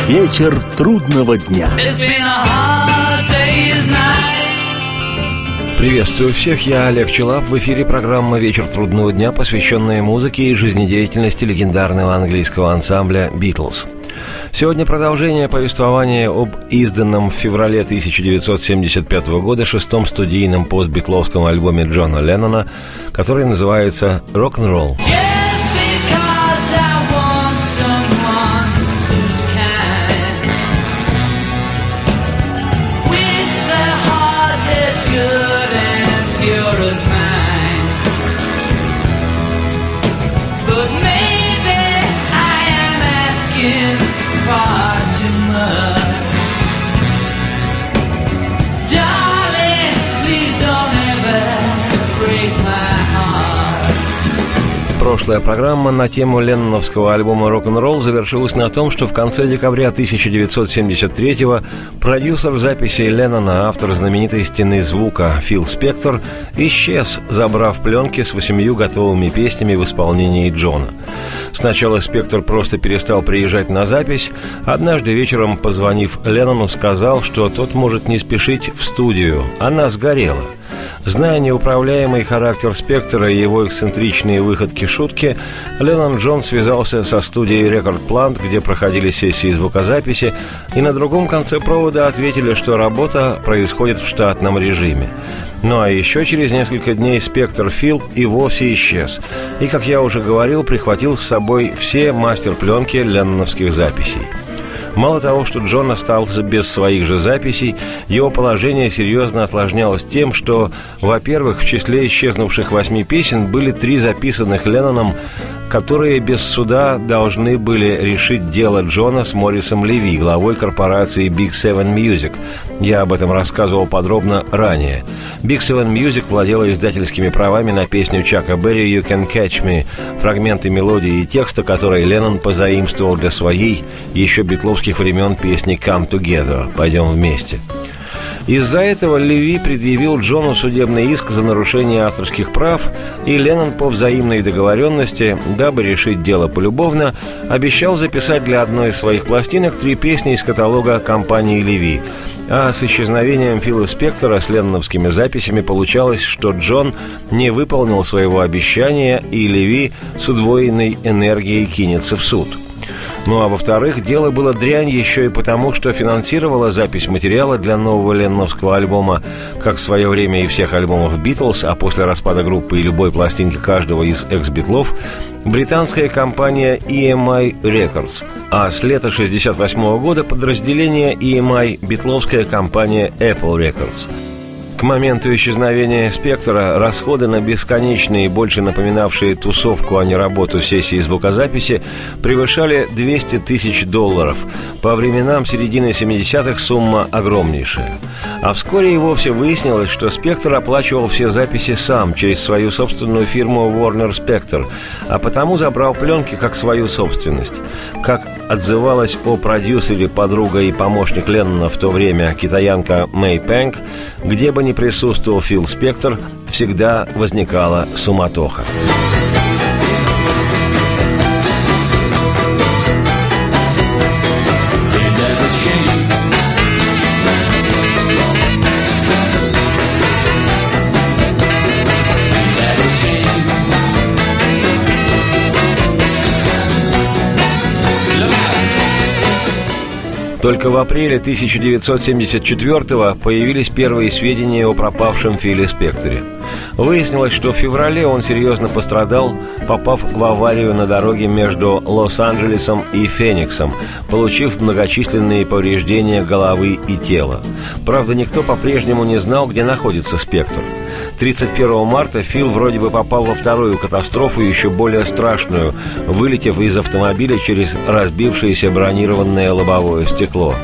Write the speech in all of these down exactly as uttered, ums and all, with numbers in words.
Вечер трудного дня. Приветствую всех, я Олег Челап. В эфире программа «Вечер трудного дня», посвященная музыке и жизнедеятельности легендарного английского ансамбля «Битлз». Сегодня продолжение повествования об изданном в феврале тысяча девятьсот семьдесят пятого года шестом студийном постбитловском альбоме Джона Леннона, который называется «Рок-н-ролл». Прошлая программа на тему ленноновского альбома «Рок-н-ролл» завершилась на том, что в конце декабря тысяча девятьсот семьдесят третьего продюсер записей Леннона, автор знаменитой «Стены звука» Фил Спектор, исчез, забрав пленки с восемью готовыми песнями в исполнении Джона. Сначала Спектор просто перестал приезжать на запись. Однажды вечером, позвонив Леннону, сказал, что тот может не спешить в студию. Она сгорела. Зная неуправляемый характер Спектора и его эксцентричные выходки-шутки, Леннон Джон связался со студией Record Plant, где проходили сессии звукозаписи, и на другом конце провода ответили, что работа происходит в штатном режиме. Ну а еще через несколько дней Спектор Фил и вовсе исчез. И, как я уже говорил, прихватил с собой все мастер-пленки ленноновских записей. Мало того, что Джон остался без своих же записей, его положение серьезно осложнялось тем, что, во-первых, в числе исчезнувших восьми песен были три записанных Ленноном, которые без суда должны были решить дело Джона с Моррисом Леви, главой корпорации Big Seven Music. Я об этом рассказывал подробно ранее. Big Seven Music владела издательскими правами на песню Чака Берри «You Can Catch Me», фрагменты мелодии и текста, которые Леннон позаимствовал для своей, еще битловских времен, песни «Come Together» «Пойдем вместе». Из-за этого Леви предъявил Джону судебный иск за нарушение авторских прав, и Леннон по взаимной договоренности, дабы решить дело полюбовно, обещал записать для одной из своих пластинок три песни из каталога компании Леви. А с исчезновением Фила Спектора с ленноновскими записями получалось, что Джон не выполнил своего обещания, и Леви с удвоенной энергией кинется в суд. Ну а во-вторых, дело было дрянь еще и потому, что финансировала запись материала для нового ленноновского альбома, как в свое время и всех альбомов «Битлз», а после распада группы и любой пластинки каждого из экс-битлов, британская компания и эм ай Records, а с лета шестьдесят восьмого года подразделение и эм ай битловская компания Apple Records. К моменту исчезновения Спектора расходы на бесконечные, больше напоминавшие тусовку, а не работу сессии звукозаписи, превышали двести тысяч долларов. По временам середины семидесятых сумма огромнейшая. А вскоре и вовсе выяснилось, что Спектор оплачивал все записи сам через свою собственную фирму Warner Spector, а потому забрал пленки как свою собственность. Как отзывалась о продюсере подруга и помощник Леннона в то время китаянка Мэй Пэнк, где бы ни присутствовал Фил Спектор, всегда возникала суматоха. Только в апреле тысяча девятьсот семьдесят четвертого появились первые сведения о пропавшем Филе Спекторе. Выяснилось, что в феврале он серьезно пострадал, попав в аварию на дороге между Лос-Анджелесом и Фениксом, получив многочисленные повреждения головы и тела. Правда, никто по-прежнему не знал, где находится Спектор. тридцать первого марта Фил вроде бы попал во вторую катастрофу, еще более страшную, вылетев из автомобиля через разбившееся бронированное лобовое стекло.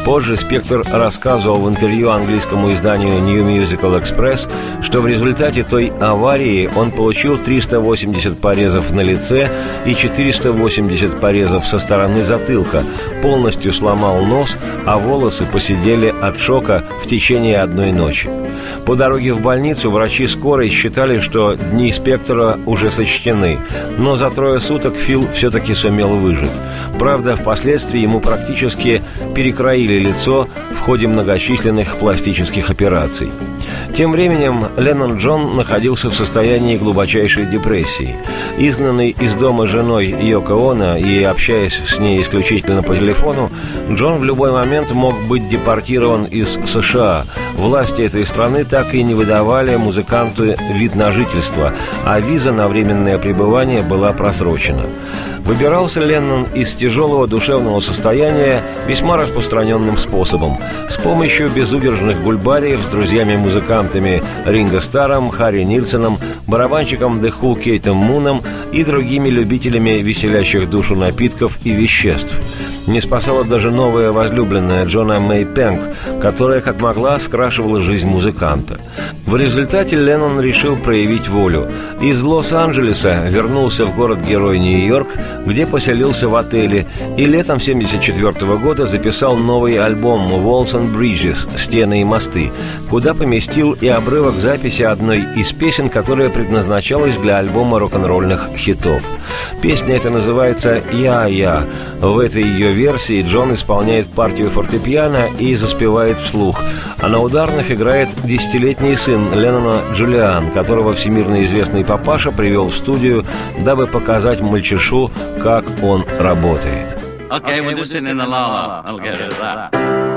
Позже Спектр рассказывал в интервью английскому изданию New Musical Express, что в результате той аварии он получил триста восемьдесят порезов на лице и четыреста восемьдесят порезов со стороны затылка, полностью сломал нос, а волосы поседели от шока в течение одной ночи. По дороге в больницу врачи скорой считали, что дни Спектора уже сочтены, но за трое суток Фил все-таки сумел выжить. Правда, впоследствии ему практически перекроили лицо в ходе многочисленных пластических операций. Тем временем Леннон Джон находился в состоянии глубочайшей депрессии. Изгнанный из дома женой Йоко Оно и общаясь с ней исключительно по телефону, Джон в любой момент мог быть депортирован из США. Власти этой страны так и не выдавали музыканту вид на жительство, а виза на временное пребывание была просрочена. Выбирался Леннон из тяжелого душевного состояния весьма распространенным способом – с помощью безудержных гульбариев с друзьями-музыкантами Ринго Старром, Харри Нильсоном, барабанщиком The Who Кейтом Муном и другими любителями веселящих душу напитков и веществ. Не спасала даже новая возлюбленная Джона Мэй Пенк, которая, как могла, скрашивала жизнь музыканта. В результате Леннон решил проявить волю. Из Лос-Анджелеса вернулся в город-герой Нью-Йорк, где поселился в отеле, и летом тысяча девятьсот семьдесят четвёртого года записал новый альбом «Walls and Bridges» «Стены и мосты», куда поместил и обрывок записи одной из песен, которая предназначалась для альбома рок-н-ролльных хитов. Песня эта называется «Я-Я». В этой ее версии Джон исполняет партию фортепиано и заспевает вслух, а на ударных играет десятилетний сын Леннона Джулиан, которого всемирно известный папаша привел в студию, дабы показать мальчишу, как он работает. Okay, we'll just sit in the la-la. I'll get rid of that.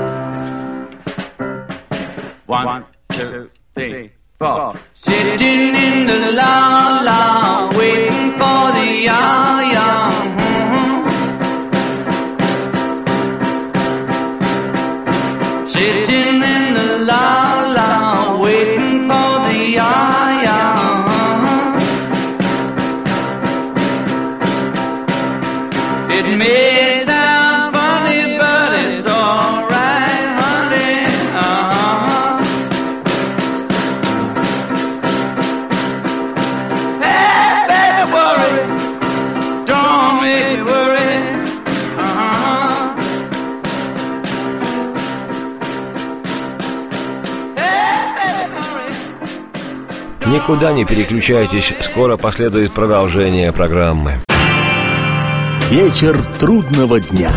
One, two, three, four. Sitting in the la-la, waiting for the ya-ya. Mm-hmm. Sitting in the la-la, waiting for the ya-ya. Mm-hmm. It may Никуда не переключайтесь, скоро последует продолжение программы. Вечер трудного дня.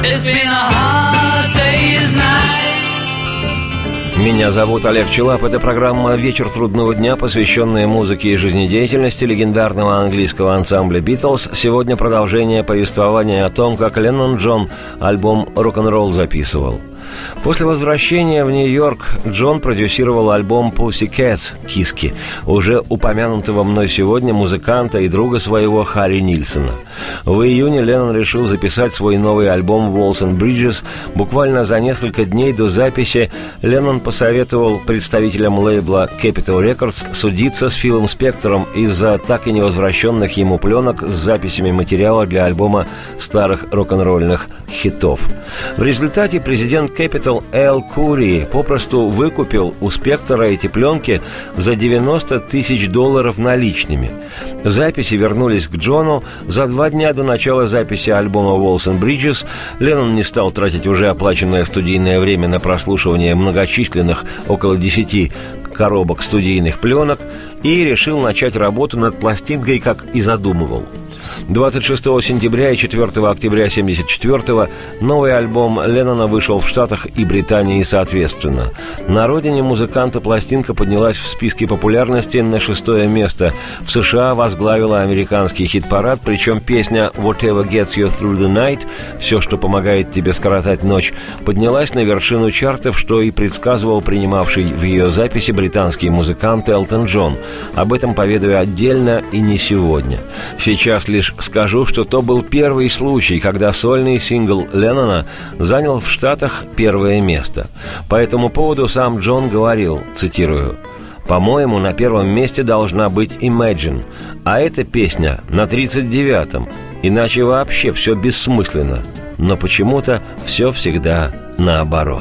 Меня зовут Олег Челап. Это программа «Вечер трудного дня», посвященная музыке и жизнедеятельности легендарного английского ансамбля «Битлз». Сегодня продолжение повествования о том, как Леннон Джон альбом «Рок-н-ролл» записывал. После возвращения в Нью-Йорк Джон продюсировал альбом «Pussycats» «Киски», уже упомянутого мной сегодня музыканта и друга своего Харри Нильсона. В июне Леннон решил записать свой новый альбом «Walls and Bridges». Буквально за несколько дней до записи Леннон посоветовал представителям лейбла Capitol Records судиться с Филом Спектором из-за так и невозвращенных ему пленок с записями материала для альбома старых рок-н-ролльных хитов. В результате президент Capitol Эл Кури попросту выкупил у Спектора эти пленки за девяносто тысяч долларов наличными. Записи вернулись к Джону за два дня до начала записи альбома «Walls and Bridges». Леннон не стал тратить уже оплаченное студийное время на прослушивание многочисленных, около десяти коробок студийных пленок, и решил начать работу над пластинкой, как и задумывал. двадцать шестого сентября и четвёртого октября тысяча девятьсот семьдесят четвёртого новый альбом Леннона вышел в Штатах и Британии соответственно. На родине музыканта пластинка поднялась в списке популярности на шестое место. В США возглавила американский хит-парад, причем песня «Whatever Gets You Through the Night» «Все, что помогает тебе скоротать ночь» поднялась на вершину чартов, что и предсказывал принимавший в ее записи британский музыкант Элтон Джон. Об этом поведаю отдельно и не сегодня. Сейчас лишь скажу, что то был первый случай, когда сольный сингл Леннона занял в Штатах первое место. По этому поводу сам Джон говорил, цитирую: «По-моему, на первом месте должна быть Imagine, а эта песня на тридцать девятом, иначе вообще все бессмысленно, но почему-то все всегда наоборот.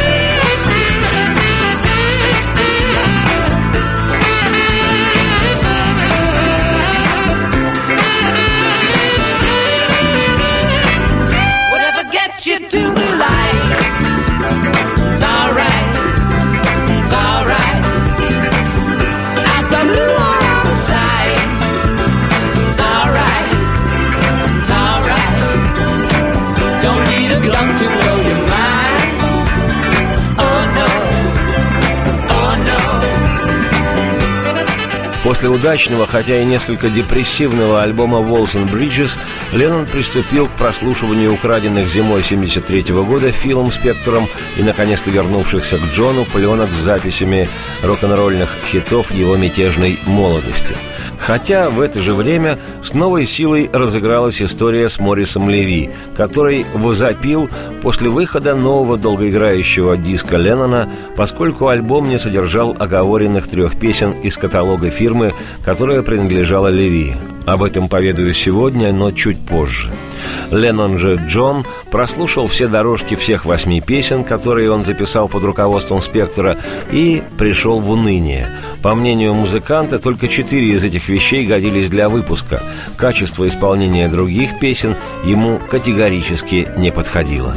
После удачного, хотя и несколько депрессивного альбома «Walls and Bridges» Леннон приступил к прослушиванию украденных зимой семьдесят третьего года Филом Спектором и, наконец-то, вернувшихся к Джону пленок с записями рок-н-ролльных хитов его мятежной молодости. Хотя в это же время с новой силой разыгралась история с Моррисом Леви, который возопил после выхода нового долгоиграющего диска Леннона, поскольку альбом не содержал оговоренных трех песен из каталога фирмы, которая принадлежала Леви. Об этом поведаю сегодня, но чуть позже. Леннон же Джон прослушал все дорожки всех восьми песен, которые он записал под руководством Спектора, и пришел в уныние. По мнению музыканта, только четыре из этих вещей годились для выпуска. Качество исполнения других песен ему категорически не подходило.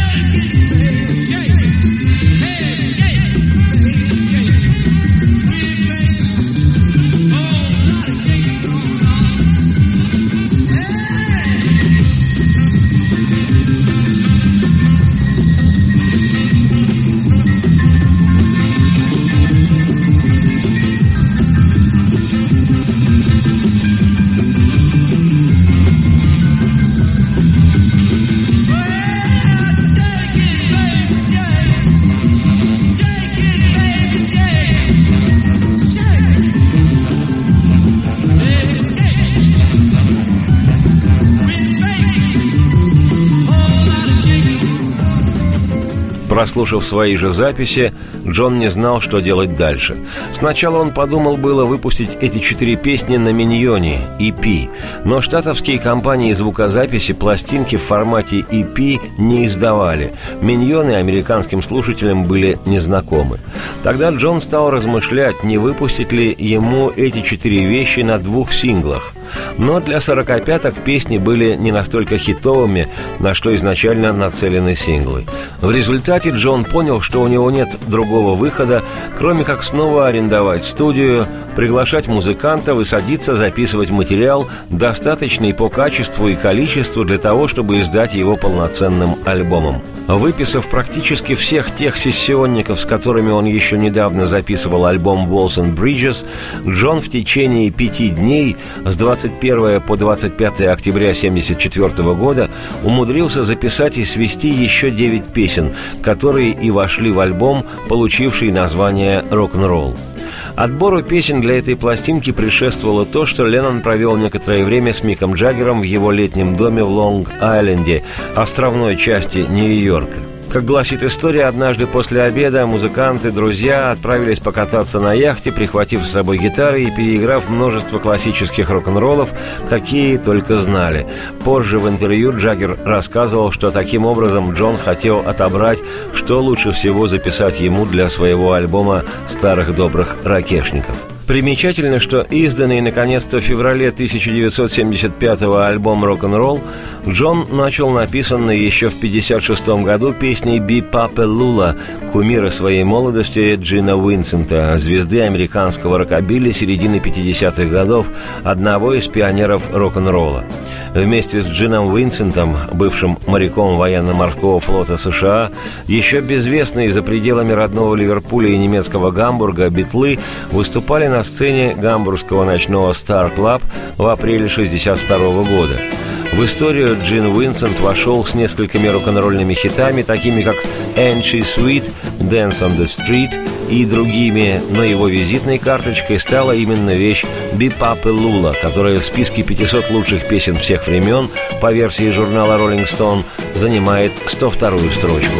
Прослушав свои же записи, Джон не знал, что делать дальше. Сначала он подумал было выпустить эти четыре песни на «Миньоне» и пи, но штатовские компании звукозаписи пластинки в формате и пи не издавали. «Миньоны» американским слушателям были незнакомы. Тогда Джон стал размышлять, не выпустить ли ему эти четыре вещи на двух синглах. Но для сорокопяток песни были не настолько хитовыми, на что изначально нацелены синглы. В результате Джон понял, что у него нет другого выхода, кроме как снова арендовать студию, приглашать музыкантов и садиться записывать материал, достаточный по качеству и количеству для того, чтобы издать его полноценным альбомом. Выписав практически всех тех сессионников, с которыми он еще недавно записывал альбом «Walls and Bridges», Джон в течение пяти дней с двадцать первого по двадцать пятое октября семьдесят четвёртого года умудрился записать и свести еще девять песен, которые и вошли в альбом, получивший название «Рок-н-ролл». Отбору песен для этой пластинки предшествовало то, что Леннон провел некоторое время с Миком Джаггером в его летнем доме в Лонг-Айленде, островной части Нью-Йорка. Как гласит история, однажды после обеда музыканты, друзья отправились покататься на яхте, прихватив с собой гитары и переиграв множество классических рок-н-роллов, какие только знали. Позже в интервью Джаггер рассказывал, что таким образом Джон хотел отобрать, что лучше всего записать ему для своего альбома «Старых добрых ракешников». Примечательно, что изданный наконец-то в феврале тысяча девятьсот семьдесят пятого альбом «Рок-н-ролл» Джон начал написанный еще в пятьдесят шестом году песней «Be-Papa Lula», кумира своей молодости Джина Уинсента, звезды американского рокобилли середины пятидесятых годов, одного из пионеров рок-н-ролла. Вместе с Джином Уинсентом, бывшим моряком военно-морского флота США, еще безвестные за пределами родного Ливерпуля и немецкого Гамбурга битлы выступали на сцене гамбургского ночного Star Club в апреле шестьдесят второго года. В историю Джин Уинсент вошел с несколькими рок-н-ролльными хитами, такими как «Ain't She Sweet», «Dance on the Street» и другими, но его визитной карточкой стала именно вещь «Be-Papa Lula», которая в списке пятисот лучших песен всех времен по версии журнала Rolling Stone занимает сто вторую строчку.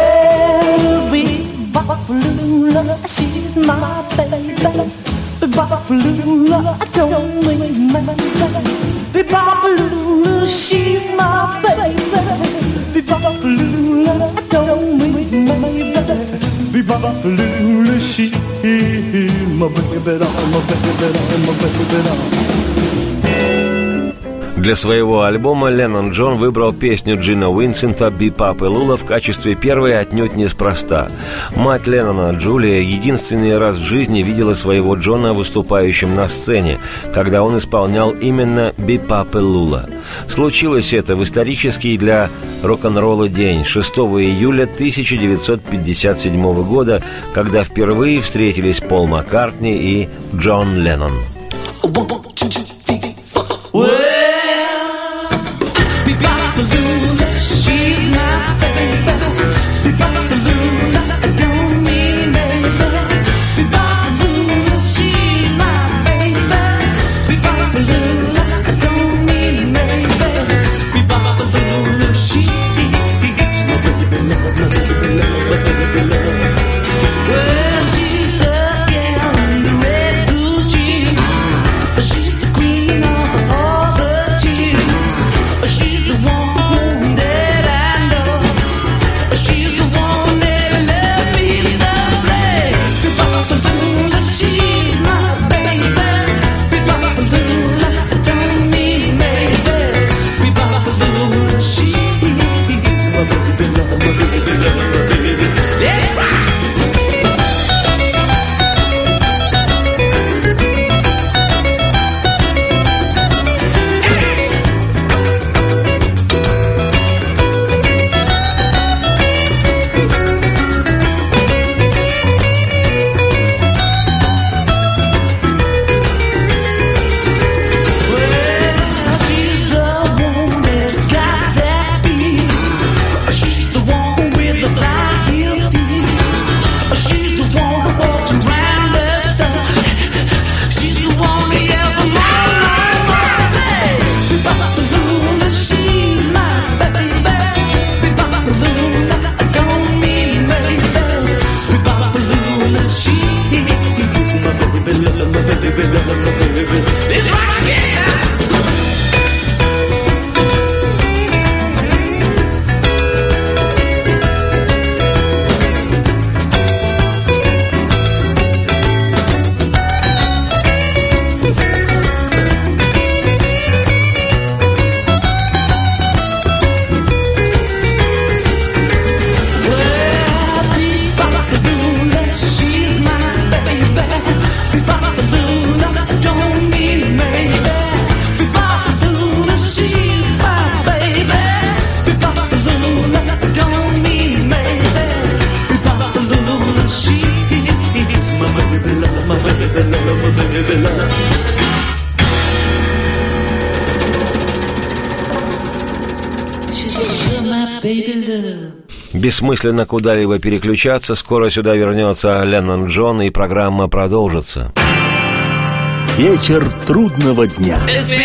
Well, Be-Papa Lula, she's my baby. Be-Papa Lula, don't mean my baby. Be-Papa Lula, she's my baby. Be-Papa Lula, don't mean my baby doll, my baby doll, my baby doll. Для своего альбома Леннон Джон выбрал песню Джина Уинсента «Бипап и Лула» в качестве первой отнюдь неспроста. Мать Леннона, Джулия, единственный раз в жизни видела своего Джона выступающим на сцене, когда он исполнял именно «Бипап и Лула». Случилось это в исторический для рок-н-ролла день, шестого июля тысяча девятьсот пятьдесят седьмого года, когда впервые встретились Пол Маккартни и Джон Леннон. Бессмысленно куда-либо переключаться, скоро сюда вернется Леннон Джон, и программа продолжится. Вечер трудного дня.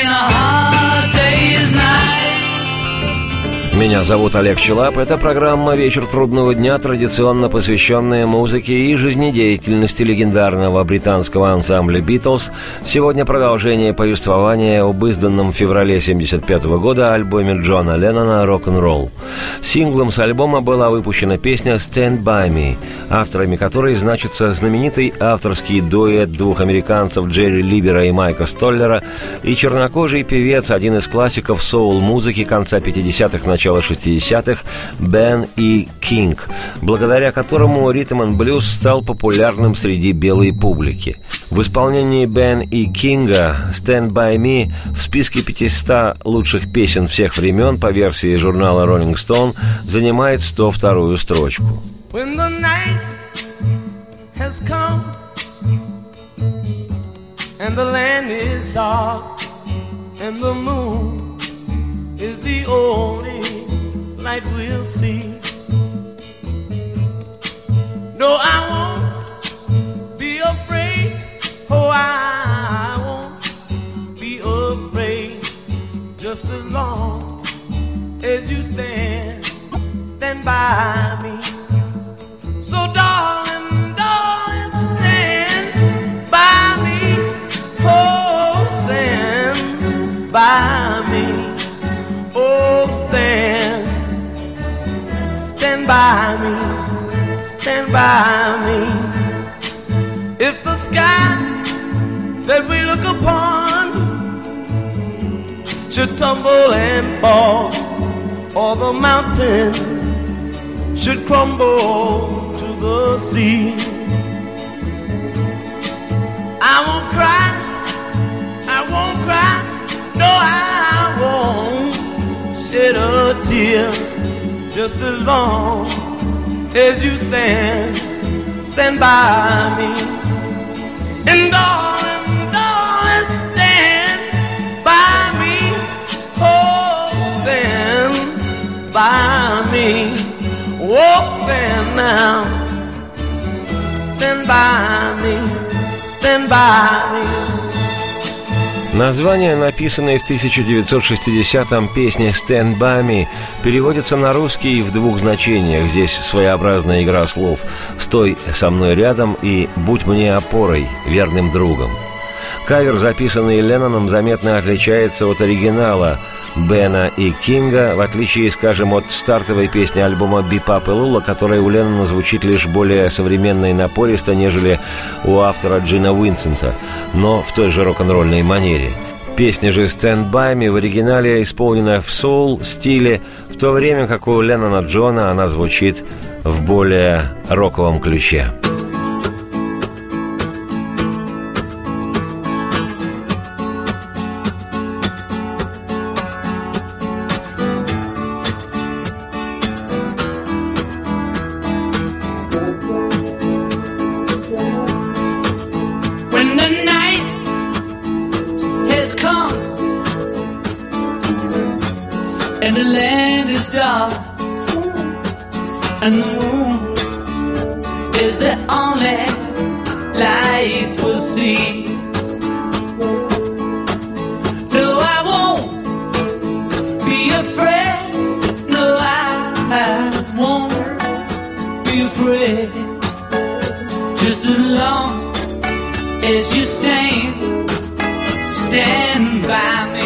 Меня зовут Олег Челап. Это программа «Вечер трудного дня», традиционно посвященная музыке и жизнедеятельности легендарного британского ансамбля «Битлз». Сегодня продолжение повествования об изданном в феврале семьдесят пятого года альбоме Джона Леннона «Рок-н-ролл». Синглом с альбома была выпущена песня «Stand By Me», авторами которой значится знаменитый авторский дуэт двух американцев Джерри Либера и Майка Столлера и чернокожий певец, один из классиков соул-музыки конца пятидесятых, начала шестидесятых, Бен И. Кинг, благодаря которому ритм-н-блюз стал популярным среди белой публики. В исполнении Бен И. Кинга «Stand By Me» в списке пятисот лучших песен всех времен по версии журнала Rolling Stone занимает сто вторую строчку. When the night has come and the land is dark and the moon is the only light we'll see. No, I won't be afraid. Oh, I won't be afraid. Just as long as you stand, stand by me. So darling, darling, stand by me. Oh, stand by me. Oh, stand, stand by me. Stand by me. that we look upon should tumble and fall, or the mountain should crumble to the sea. I won't cry, I won't cry, no, I won't shed a tear, just as long as you stand, stand by me. And darling, darling, stand by me, oh, stand by me, oh, stand now, stand by me. Название, написанное в тысяча девятьсот шестидесятом песни «Stand by me», переводится на русский в двух значениях. Здесь своеобразная игра слов «Стой со мной рядом» и «Будь мне опорой, верным другом». Кавер, записанный Ленноном, заметно отличается от оригинала Бена и Кинга, в отличие, скажем, от стартовой песни альбома «Бипап и Лула», которая у Леннона звучит лишь более современно и напористо, нежели у автора Джина Уинсента, но в той же рок-н-ролльной манере. Песня же «Stand by me» в оригинале исполнена в соул-стиле, в то время как у Леннона Джона она звучит в более роковом ключе. And the land is dark, and the moon is the only light we'll see. No, I won't be afraid. No, I won't be afraid. Just as long as you stand, stand by me.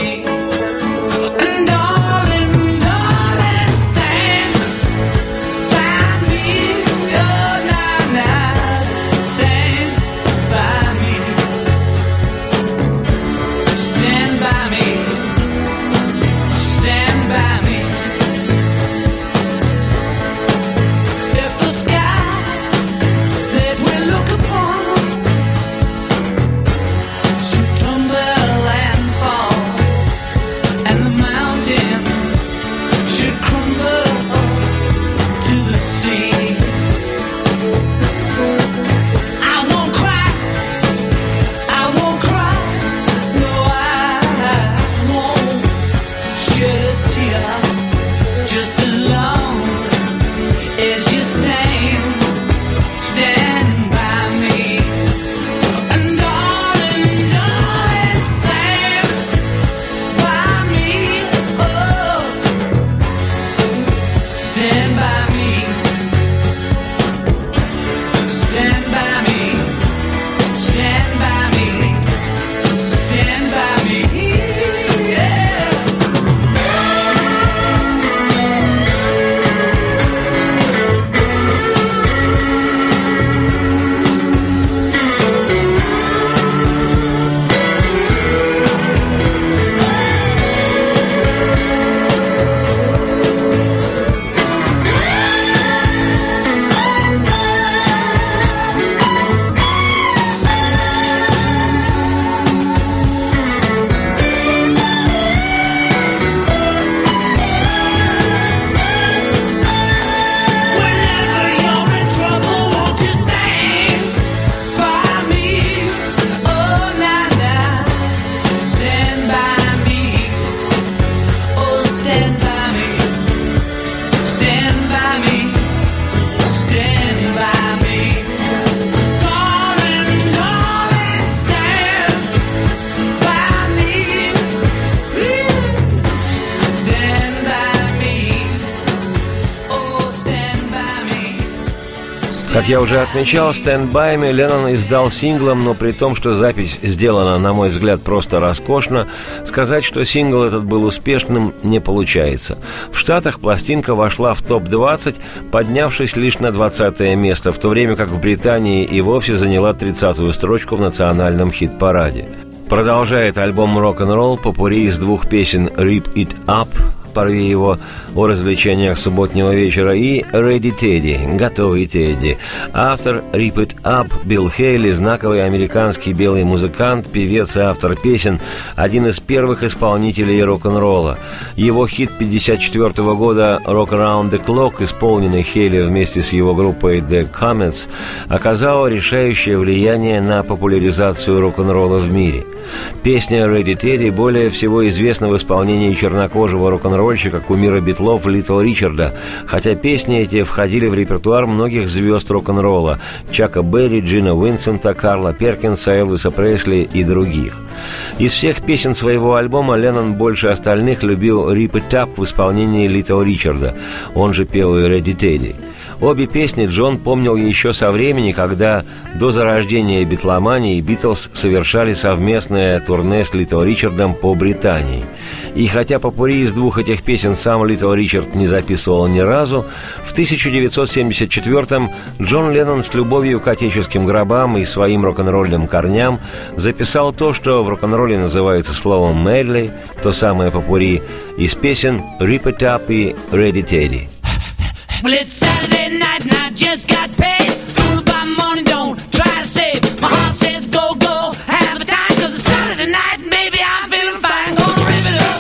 Как я уже отмечал, «Stand By Me» Леннон издал синглом, но при том, что запись сделана, на мой взгляд, просто роскошно, сказать, что сингл этот был успешным, не получается. В Штатах пластинка вошла в топ двадцать, поднявшись лишь на двадцатое место, в то время как в Британии и вовсе заняла тридцатую строчку в национальном хит-параде. Продолжает альбом «Рок-н-ролл» попурри из двух песен «Rip It Up», «Порви его», о развлечениях субботнего вечера, и «Ready Teddy», «Готовый Тедди». Автор «Rip It Up» Билл Хейли, знаковый американский белый музыкант, певец и автор песен, один из первых исполнителей рок-н-ролла. Его хит пятьдесят четвёртого года «Rock Around the Clock», исполненный Хейли вместе с его группой The Comets, оказал решающее влияние на популяризацию рок-н-ролла в мире. Песня «Ready Teddy» более всего известна в исполнении чернокожего рок-н-ролльщика, кумира Битлов Литл Ричарда, хотя песни эти входили в репертуар многих звезд рок-н-ролла – Чака Берри, Джина Уинсента, Карла Перкинса, Элвиса Пресли и других. Из всех песен своего альбома Леннон больше остальных любил «Rip It Up» в исполнении Литл Ричарда, он же пел и «Ready Teddy». Обе песни Джон помнил еще со времени, когда до зарождения битломании Битлз совершали совместное турне с Литл Ричардом по Британии. И хотя попурри из двух этих песен сам Литл Ричард не записывал ни разу, в тысяча девятьсот семьдесят четвёртом Джон Леннон с любовью к отеческим гробам и своим рок-н-ролльным корням записал то, что в рок-н-ролле называется словом «медлей», то самое попурри, из песен «Rip It Up» и «Ready Teddy». Well, it's Saturday night and I just got paid. Fooled by money, don't try to save. My heart says go, go, have a time. Cause it's Saturday night and baby I'm feeling fine. Gonna rip it up,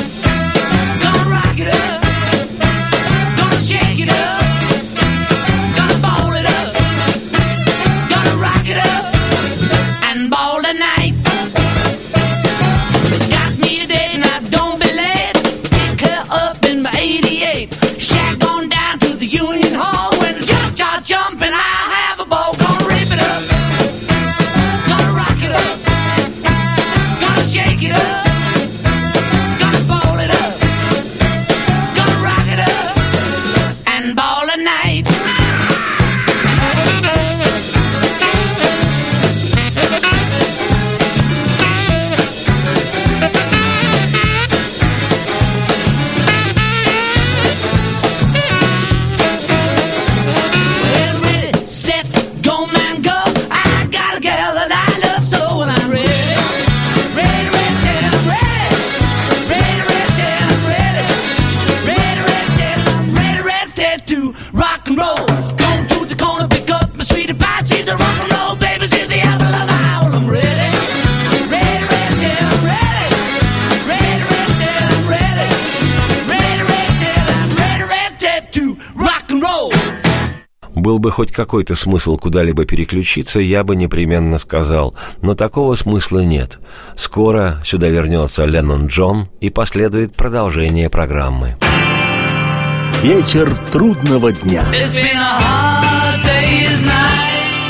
gonna rock it up, gonna shake it up, gonna ball it up, gonna rock it up and ball tonight. Got me a date and I don't be late. Pick her up in my eighty-eight. Shack on down to the Union Hall. When the jump start jumping, I'll have a ball. Gonna rip it up, gonna rock it up, gonna shake it up, gonna ball it up, gonna rock it up and ball a night. Well, ready, set, go, man, go. I got a girl that I love so, and I'm ready. Ready, ready, tell I'm ready. Ready, ready, tell I'm ready. Ready, ready, tell I'm ready, ready, tell to rock and roll. Go to the corner, pick up my sweetie pie. She's the rock and roll baby, she's the apple of my eye. Well, I'm ready. Ready, ready, tell I'm ready. Ready, ready, tell I'm ready. Ready, ready, tell I'm ready, ready, tell to rock and roll. Был бы хоть какой-то смысл куда-либо переключиться, я бы непременно сказал, но такого смысла нет. Скоро сюда вернется Леннон Джон и последует продолжение программы. Вечер трудного дня. It's been a hard day's night.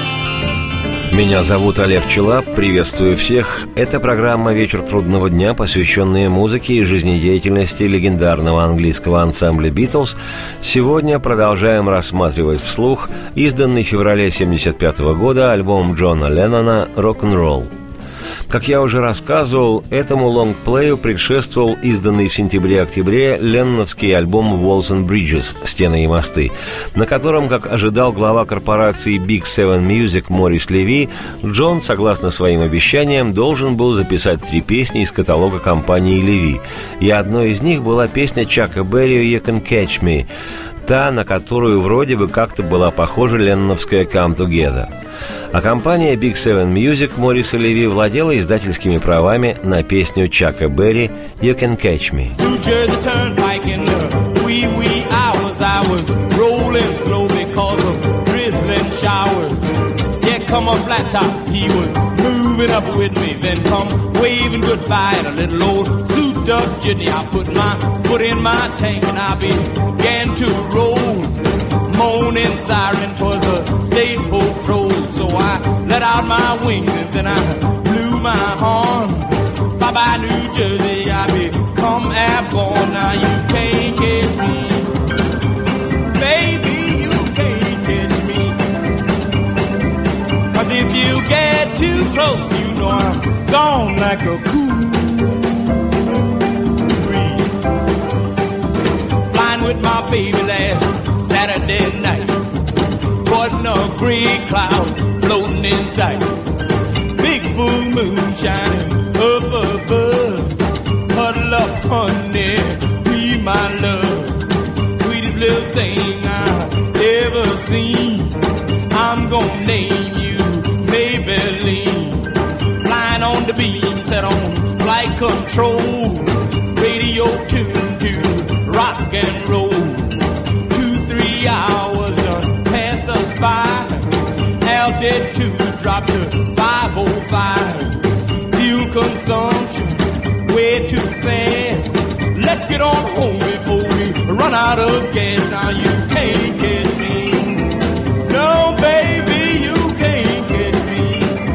Меня зовут Олег Челап, приветствую всех. Это программа «Вечер трудного дня», посвященная музыке и жизнедеятельности легендарного английского ансамбля «Битлз». Сегодня продолжаем рассматривать вслух изданный в феврале семьдесят пятого года альбом Джона Леннона «Рок-н-ролл». Как я уже рассказывал, этому лонгплею предшествовал изданный в сентябре-октябре ленноновский альбом «Walls and Bridges» «Стены и мосты», на котором, как ожидал глава корпорации Big Seven Music Морис Леви, Джон, согласно своим обещаниям, должен был записать три песни из каталога компании Леви, и одной из них была песня Чака Берри «You Can Catch Me», та, на которую вроде бы как-то была похожа ленноновская «Come Together». А компания Big Seven Music Мориса Леви владела издательскими правами на песню Чака Берри «You Can Catch Me». New Jersey Turnpike in the wee wee hours. I was rolling slow because of drizzling showers. Yeah, come on flat top, he was moving up with me. Then come waving goodbye in a little old souped up jitney. I put my foot in my tank and I began to roll. Moaning siren, 'twas a state patrol. So I let out my wings and then I blew my horn. Bye-bye New Jersey, I become airborne. Now you can't catch me, baby, you can't catch me. close, you know I'm gone like a cool breeze. Flying with my baby last Saturday night, wasn't a gray cloud floating in sight. Big full moon shining up above. Huddle up, honey, be my love. Sweetest little thing I've ever seen. I'm gonna name you Maybelline. Flying on the beam, set on flight control. Radio tuned to rock and roll. Two, three hours done passed us by. Altitude dropped to five oh five. Fuel consumption way too fast. Let's get on home before we run out of gas. Now you can't catch me. No, baby, you can't catch me.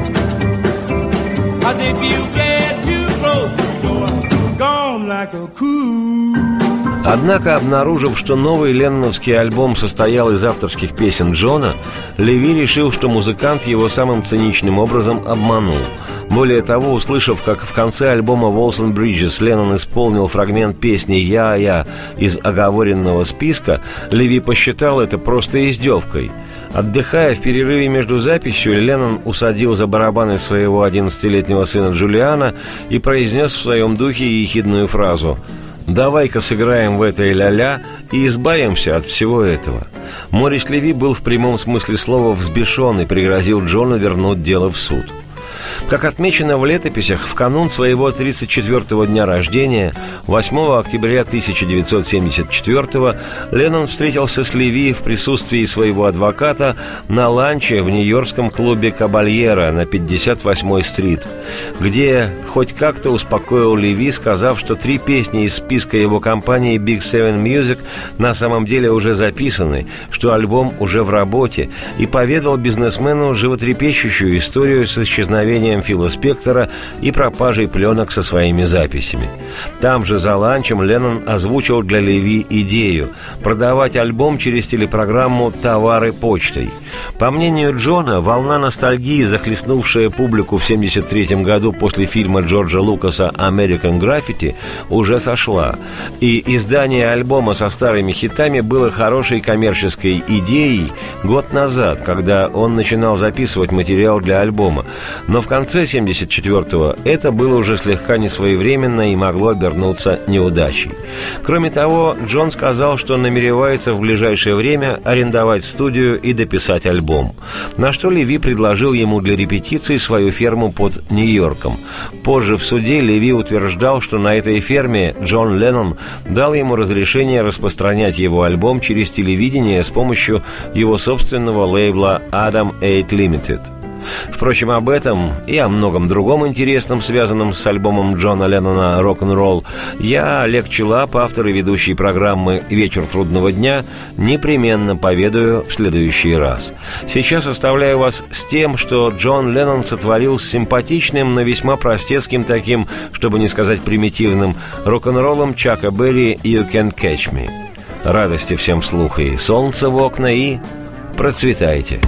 'Cause if you get too close, you know I'm gone like a cool. Однако, обнаружив, что новый ленноновский альбом состоял из авторских песен Джона, Леви решил, что музыкант его самым циничным образом обманул. Более того, услышав, как в конце альбома «Walls and Bridges» Леннон исполнил фрагмент песни «Я-я» из оговоренного списка, Леви посчитал это просто издевкой. Отдыхая в перерыве между записью, Леннон усадил за барабаны своего одиннадцатилетнего сына Джулиана и произнес в своем духе ехидную фразу: «Давай-ка сыграем в этой ля-ля и избавимся от всего этого». Морис Леви был в прямом смысле слова взбешен и пригрозил Джону вернуть дело в суд. Как отмечено в летописях, в канун своего тридцать четвёртого дня рождения, восьмого октября тысяча девятьсот семьдесят четвёртого, Леннон встретился с Леви в присутствии своего адвоката на ланче в нью-йоркском клубе «Кабальера» на пятьдесят восьмой стрит, где хоть как-то успокоил Леви, сказав, что три песни из списка его компании Big Seven Music на самом деле уже записаны, что альбом уже в работе, и поведал бизнесмену животрепещущую историю с исчезновением Фила Спектора и пропажей пленок со своими записями. Там же за ланчем Леннон озвучил для Леви идею продавать альбом через телепрограмму «Товары почтой». По мнению Джона, волна ностальгии, захлестнувшая публику в семьдесят третьем году после фильма Джорджа Лукаса «American Graffiti», уже сошла, и издание альбома со старыми хитами было хорошей коммерческой идеей год назад, когда он начинал записывать материал для альбома. Но в конце семьдесят четвёртого это было уже слегка несвоевременно и могло обернуться неудачей. Кроме того, Джон сказал, что намеревается в ближайшее время арендовать студию и дописать альбом, на что Леви предложил ему для репетиции свою ферму под Нью-Йорком. Позже в суде Леви утверждал, что на этой ферме Джон Леннон дал ему разрешение распространять его альбом через телевидение с помощью его собственного лейбла Adam eight Limited. Впрочем, об этом и о многом другом интересном, связанном с альбомом Джона Леннона «Рок-н-ролл», я, Олег Челап, автор и ведущий программы «Вечер трудного дня», непременно поведаю в следующий раз. Сейчас оставляю вас с тем, что Джон Леннон сотворил с симпатичным, но весьма простецким таким, чтобы не сказать примитивным, рок-н-роллом Чака Берри «You Can Catch Me». Радости всем вслух и солнца в окна, и процветайте!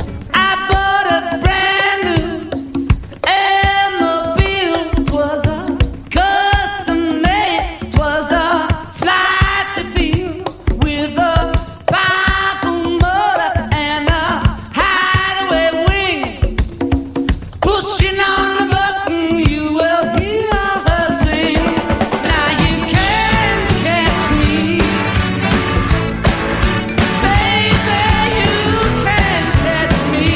Baby, you can catch me.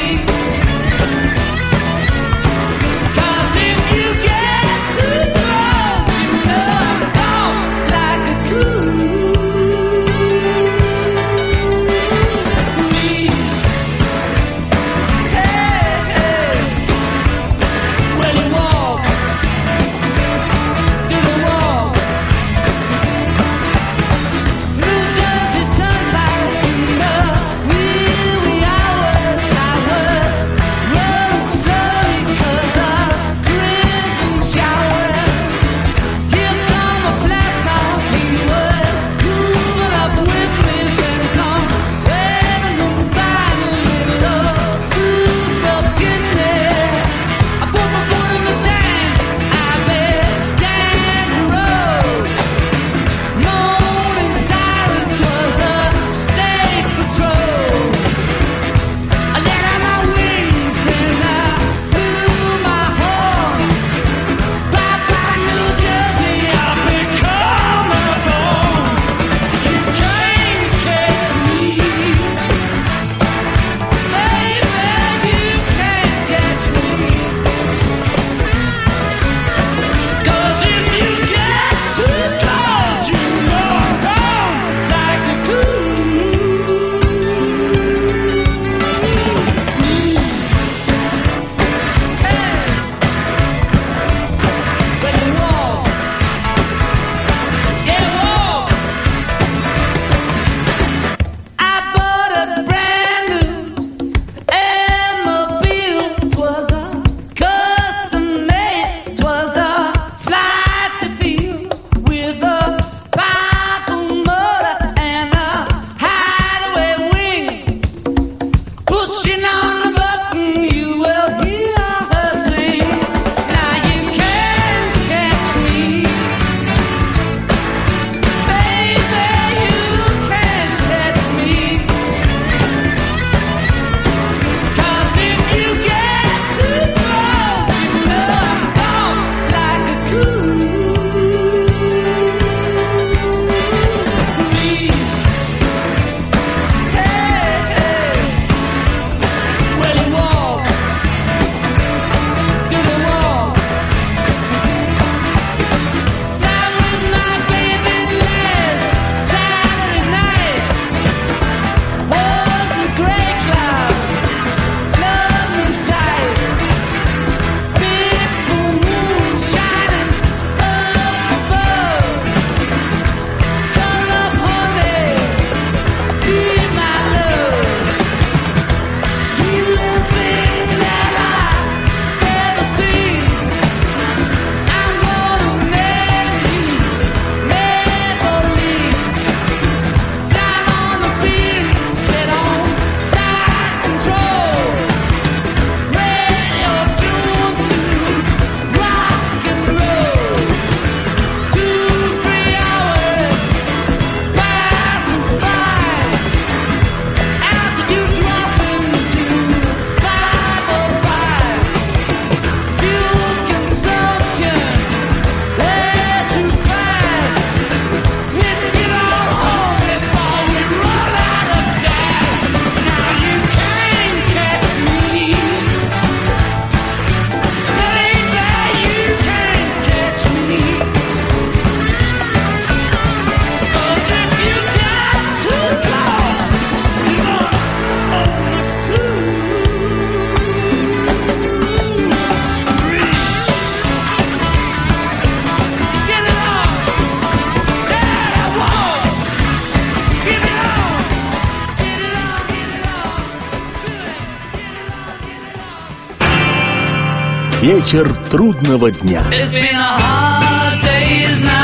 Вечер трудного дня. It's been a hard day's night.